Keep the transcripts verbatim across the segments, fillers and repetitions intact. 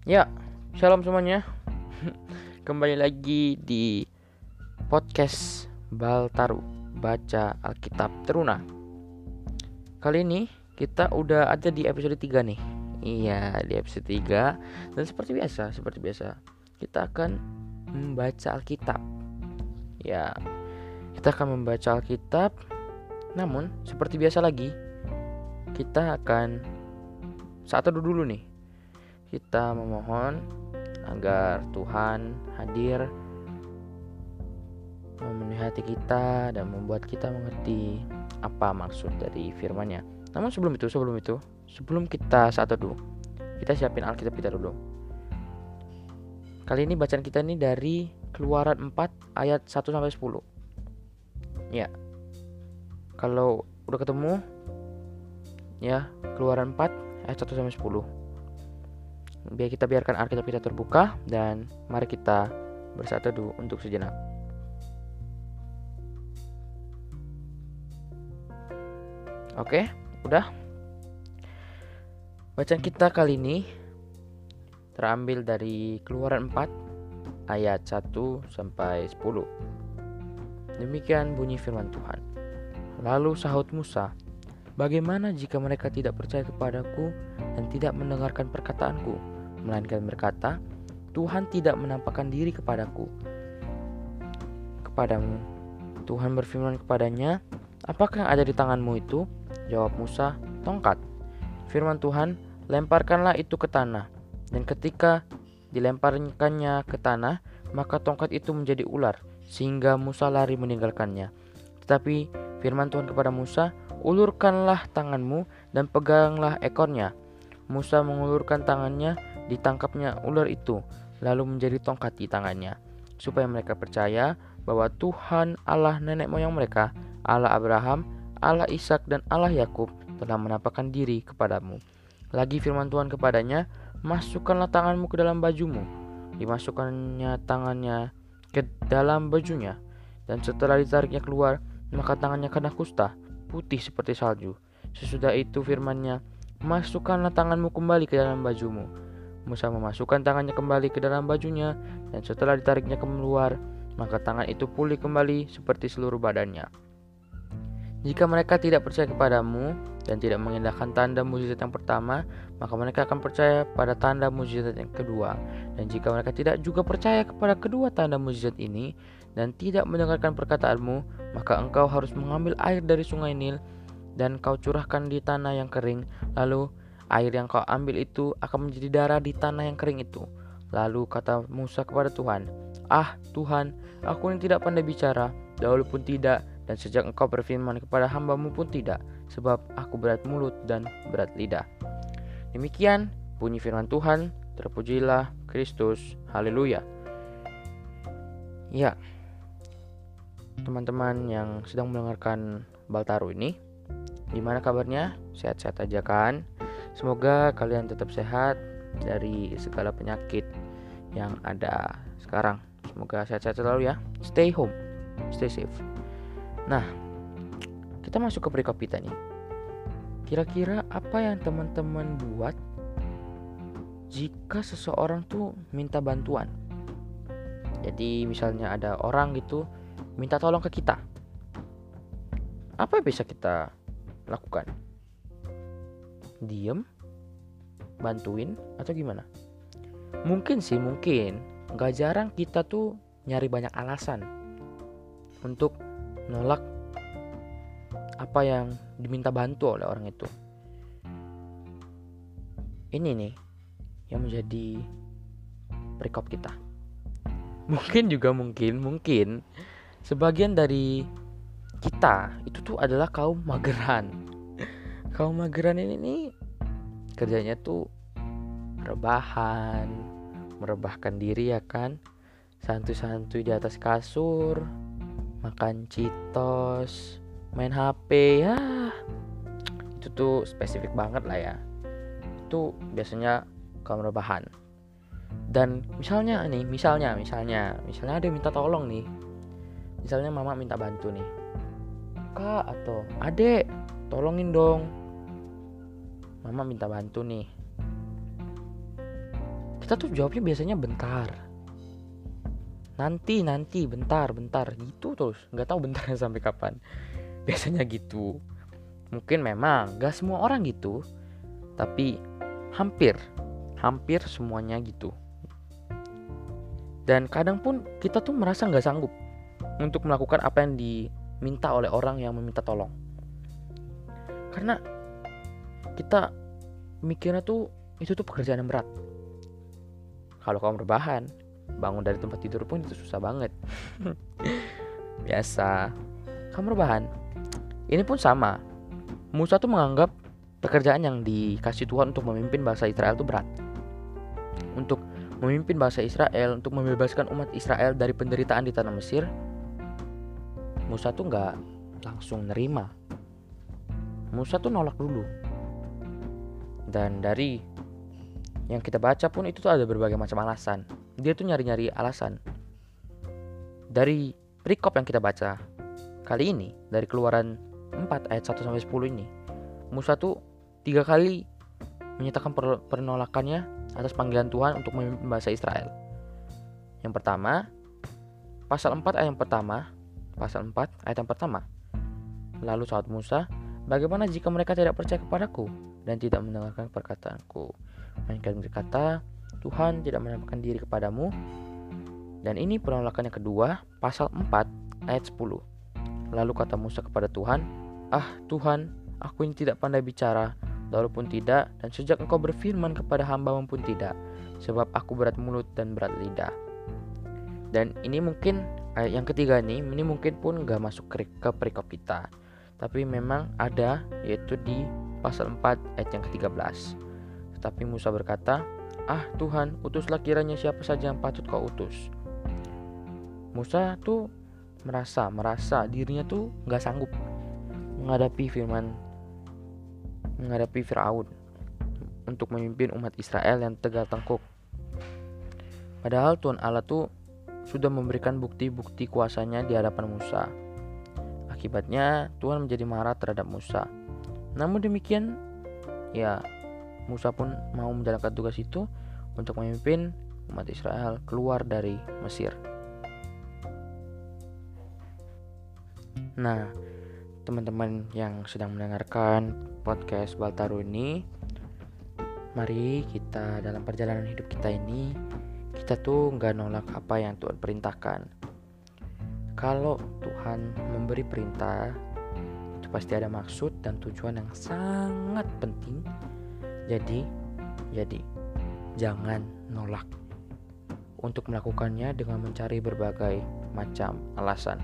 Ya, shalom semuanya. Kembali lagi di podcast Baltaru, baca Alkitab Teruna. Kali ini kita udah ada di episode tiga nih. Iya, di episode tiga. Dan seperti biasa, seperti biasa, kita akan membaca Alkitab. Ya, kita akan membaca Alkitab. Namun, seperti biasa lagi, kita akan saat teduh dulu nih. Kita memohon agar Tuhan hadir memenuhi hati kita dan membuat kita mengerti apa maksud dari firman-Nya. Namun sebelum itu, sebelum itu, sebelum kita saat teduh, kita siapin Alkitab kita dulu. Kali ini bacaan kita ini dari Keluaran empat ayat satu sampai sepuluh. Ya. Kalau udah ketemu ya, Keluaran empat ayat satu sampai sepuluh. Biar kita biarkan Alkitab kita terbuka dan mari kita bersatu teduh untuk sejenak. Oke, udah. Bacaan kita kali ini terambil dari Keluaran empat ayat satu sampai sepuluh. Demikian bunyi firman Tuhan. Lalu sahut Musa, "Bagaimana jika mereka tidak percaya kepadaku dan tidak mendengarkan perkataanku? Melainkan berkata, Tuhan tidak menampakkan diri kepadaku, kepadamu." Tuhan berfirman kepadanya, "Apakah yang ada di tanganmu itu?" Jawab Musa, "Tongkat." Firman Tuhan, "Lemparkanlah itu ke tanah." Dan ketika dilemparkannya ke tanah, maka tongkat itu menjadi ular, sehingga Musa lari meninggalkannya. Tetapi firman Tuhan kepada Musa, "Ulurkanlah tanganmu dan peganglah ekornya." Musa mengulurkan tangannya, ditangkapnya ular itu, lalu menjadi tongkat di tangannya, supaya mereka percaya bahwa Tuhan Allah nenek moyang mereka, Allah Abraham, Allah Ishak dan Allah Yakub telah menampakkan diri kepadamu. Lagi firman Tuhan kepadanya, "Masukkanlah tanganmu ke dalam bajumu." Dimasukkannya tangannya ke dalam bajunya, dan setelah ditariknya keluar, maka tangannya kena kusta, putih seperti salju. Sesudah itu firman-Nya, "Masukkanlah tanganmu kembali ke dalam bajumu." Musa memasukkan tangannya kembali ke dalam bajunya, dan setelah ditariknya keluar, maka tangan itu pulih kembali seperti seluruh badannya. Jika mereka tidak percaya kepadamu dan tidak mengindahkan tanda mukjizat yang pertama, maka mereka akan percaya pada tanda mukjizat yang kedua. Dan jika mereka tidak juga percaya kepada kedua tanda mukjizat ini dan tidak mendengarkan perkataanmu, maka engkau harus mengambil air dari sungai Nil dan kau curahkan di tanah yang kering, lalu air yang kau ambil itu akan menjadi darah di tanah yang kering itu. Lalu kata Musa kepada Tuhan, "Ah Tuhan, aku ini tidak pandai bicara, dahulu pun tidak, dan sejak engkau berfirman kepada hamba-Mu pun tidak, sebab aku berat mulut dan berat lidah." Demikian bunyi firman Tuhan. Terpujilah Kristus. Haleluya. Ya, teman-teman yang sedang mendengarkan Baltaru ini, gimana kabarnya? Sehat-sehat aja kan? Semoga kalian tetap sehat dari segala penyakit yang ada sekarang. Semoga sehat-sehat selalu ya. Stay home, stay safe. Nah, kita masuk ke perikop kita nih. Kira-kira apa yang teman-teman buat jika seseorang tuh minta bantuan? Jadi misalnya ada orang gitu minta tolong ke kita. Apa yang bisa kita lakukan? Diem, bantuin, atau gimana? Mungkin sih, mungkin gak jarang kita tuh nyari banyak alasan untuk nolak apa yang diminta bantu oleh orang itu. Ini nih yang menjadi perikop kita. Mungkin juga mungkin Mungkin sebagian dari kita itu tuh adalah kaum mageran. Kaum mageran ini nih kerjanya tuh rebahan, merebahkan diri ya kan, santuy-santuy di atas kasur, makan Cheetos, main H P ya. Itu tuh spesifik banget lah ya. Itu biasanya kaum rebahan. Dan misalnya nih, misalnya, misalnya, misalnya ada yang minta tolong nih. Misalnya mama minta bantu nih, "Kak atau adek, tolongin dong, mama minta bantu nih." kita tuh jawabnya biasanya bentar, nanti nanti bentar bentar gitu terus, nggak tahu bentarnya sampai kapan. Biasanya gitu. Mungkin memang gak semua orang gitu, tapi hampir hampir semuanya gitu. Dan kadang pun kita tuh merasa gak sanggup untuk melakukan apa yang diminta oleh orang yang meminta tolong, karena kita mikirnya tuh itu tuh pekerjaan yang berat. Kalau kamu berbahan, bangun dari tempat tidur pun itu susah banget. Biasa. Kamu berbahan. Ini pun sama. Musa tuh menganggap pekerjaan yang dikasih Tuhan untuk memimpin bangsa Israel itu berat. Untuk memimpin bangsa Israel, untuk membebaskan umat Israel dari penderitaan di tanah Mesir, Musa tuh gak langsung nerima. Musa tuh nolak dulu. Dan dari yang kita baca pun itu tuh ada berbagai macam alasan. Dia tuh nyari-nyari alasan. Dari perikop yang kita baca kali ini, dari Keluaran empat ayat satu sampai sepuluh ini, Musa tuh tiga kali menyatakan penolakannya atas panggilan Tuhan untuk memimpin bangsa Israel. Yang pertama, pasal empat ayat yang pertama, pasal empat ayat yang pertama. Lalu sahabat Musa, bagaimana jika mereka tidak percaya kepadaku dan tidak mendengarkan perkataanku? Mereka berkata, Tuhan tidak menampakkan diri kepadamu. Dan ini penolakan yang kedua, pasal empat ayat sepuluh. Lalu kata Musa kepada Tuhan, ah Tuhan, aku ini tidak pandai bicara, lalu pun tidak, dan sejak engkau berfirman kepada hamba-mu pun tidak, sebab aku berat mulut dan berat lidah. Dan ini mungkin ayat yang ketiga nih, ini mungkin pun gak masuk ke, ke perikop kita, tapi memang ada, yaitu di pasal empat ayat yang ketiga belas. Tetapi Musa berkata, ah Tuhan, utuslah kiranya siapa saja yang patut kau utus. Musa tuh merasa merasa dirinya tuh gak sanggup menghadapi firman menghadapi Firaun untuk memimpin umat Israel yang tegar tengkuk. Padahal Tuhan Allah tuh sudah memberikan bukti-bukti kuasanya di hadapan Musa. Akibatnya Tuhan menjadi marah terhadap Musa. Namun demikian, ya Musa pun mau menjalankan tugas itu untuk memimpin umat Israel keluar dari Mesir. Nah, teman-teman yang sedang mendengarkan podcast Baltaru ini, mari kita dalam perjalanan hidup kita ini, kita tuh gak nolak apa yang Tuhan perintahkan. Kalau Tuhan memberi perintah, itu pasti ada maksud dan tujuan yang sangat penting. Jadi, jadi jangan nolak untuk melakukannya dengan mencari berbagai macam alasan.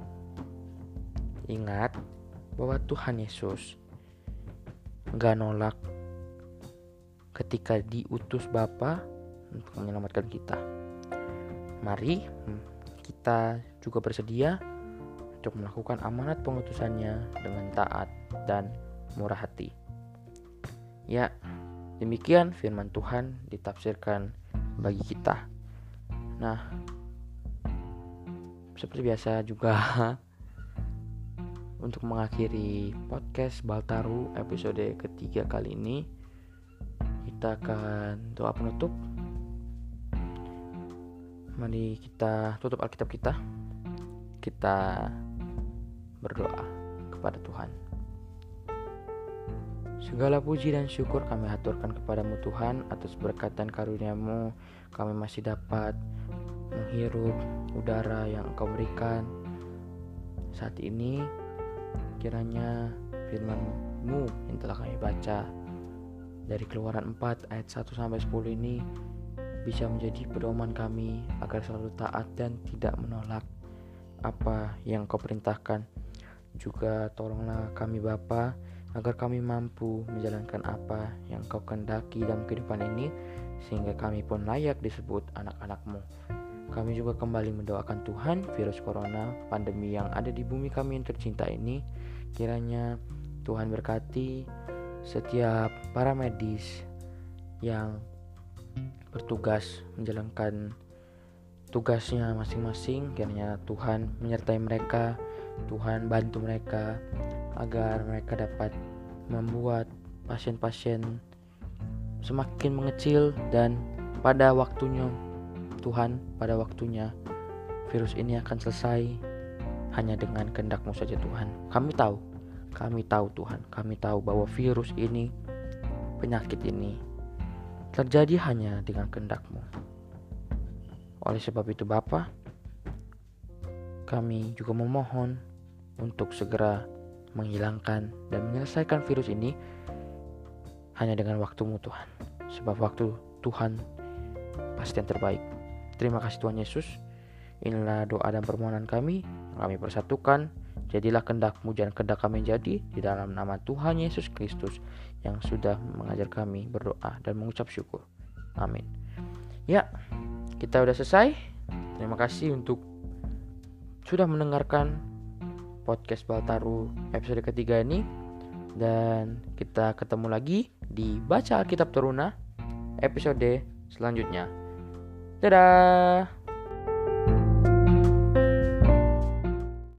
Ingat bahwa Tuhan Yesus gak nolak ketika diutus Bapa untuk menyelamatkan kita. Mari kita juga bersedia untuk melakukan amanat pengutusannya dengan taat dan murah hati. Ya, demikian firman Tuhan ditafsirkan bagi kita. Nah, seperti biasa juga untuk mengakhiri podcast Baltaru episode ketiga kali ini, kita akan doa penutup. Mari kita tutup Alkitab kita. Kita berdoa kepada Tuhan. Segala puji dan syukur kami haturkan kepadamu Tuhan, atas berkat dan karunia-Mu kami masih dapat menghirup udara yang Engkau berikan saat ini. Kiranya firman-Mu yang telah kami baca dari Keluaran empat ayat satu sampai sepuluh ini bisa menjadi pedoman kami agar selalu taat dan tidak menolak apa yang Kau perintahkan. Juga tolonglah kami Bapa, agar kami mampu menjalankan apa yang Kau kehendaki dalam kehidupan ini, sehingga kami pun layak disebut anak-anak-Mu. Kami juga kembali mendoakan Tuhan, virus corona, pandemi yang ada di bumi kami yang tercinta ini, kiranya Tuhan berkati setiap para medis yang bertugas menjalankan tugasnya masing-masing. Kiranya Tuhan menyertai mereka, Tuhan bantu mereka agar mereka dapat membuat pasien-pasien semakin mengecil dan pada waktunya Tuhan, pada waktunya virus ini akan selesai hanya dengan kehendak-Mu saja Tuhan. Kami tahu, kami tahu Tuhan, kami tahu bahwa virus ini, penyakit ini terjadi hanya dengan kehendak-Mu. Oleh sebab itu Bapa, kami juga memohon untuk segera menghilangkan dan menyelesaikan virus ini hanya dengan waktu-Mu Tuhan. Sebab waktu Tuhan pasti yang terbaik. Terima kasih Tuhan Yesus. Inilah doa dan permohonan kami. Kami persatukan. Jadilah kehendak-Mu dan kehendak kami jadi, di dalam nama Tuhan Yesus Kristus yang sudah mengajar kami berdoa dan mengucap syukur. Amin. Ya, kita udah selesai. Terima kasih untuk sudah mendengarkan podcast Baltaru episode ketiga ini. Dan kita ketemu lagi di Baca Alkitab Teruna episode selanjutnya. Dadah.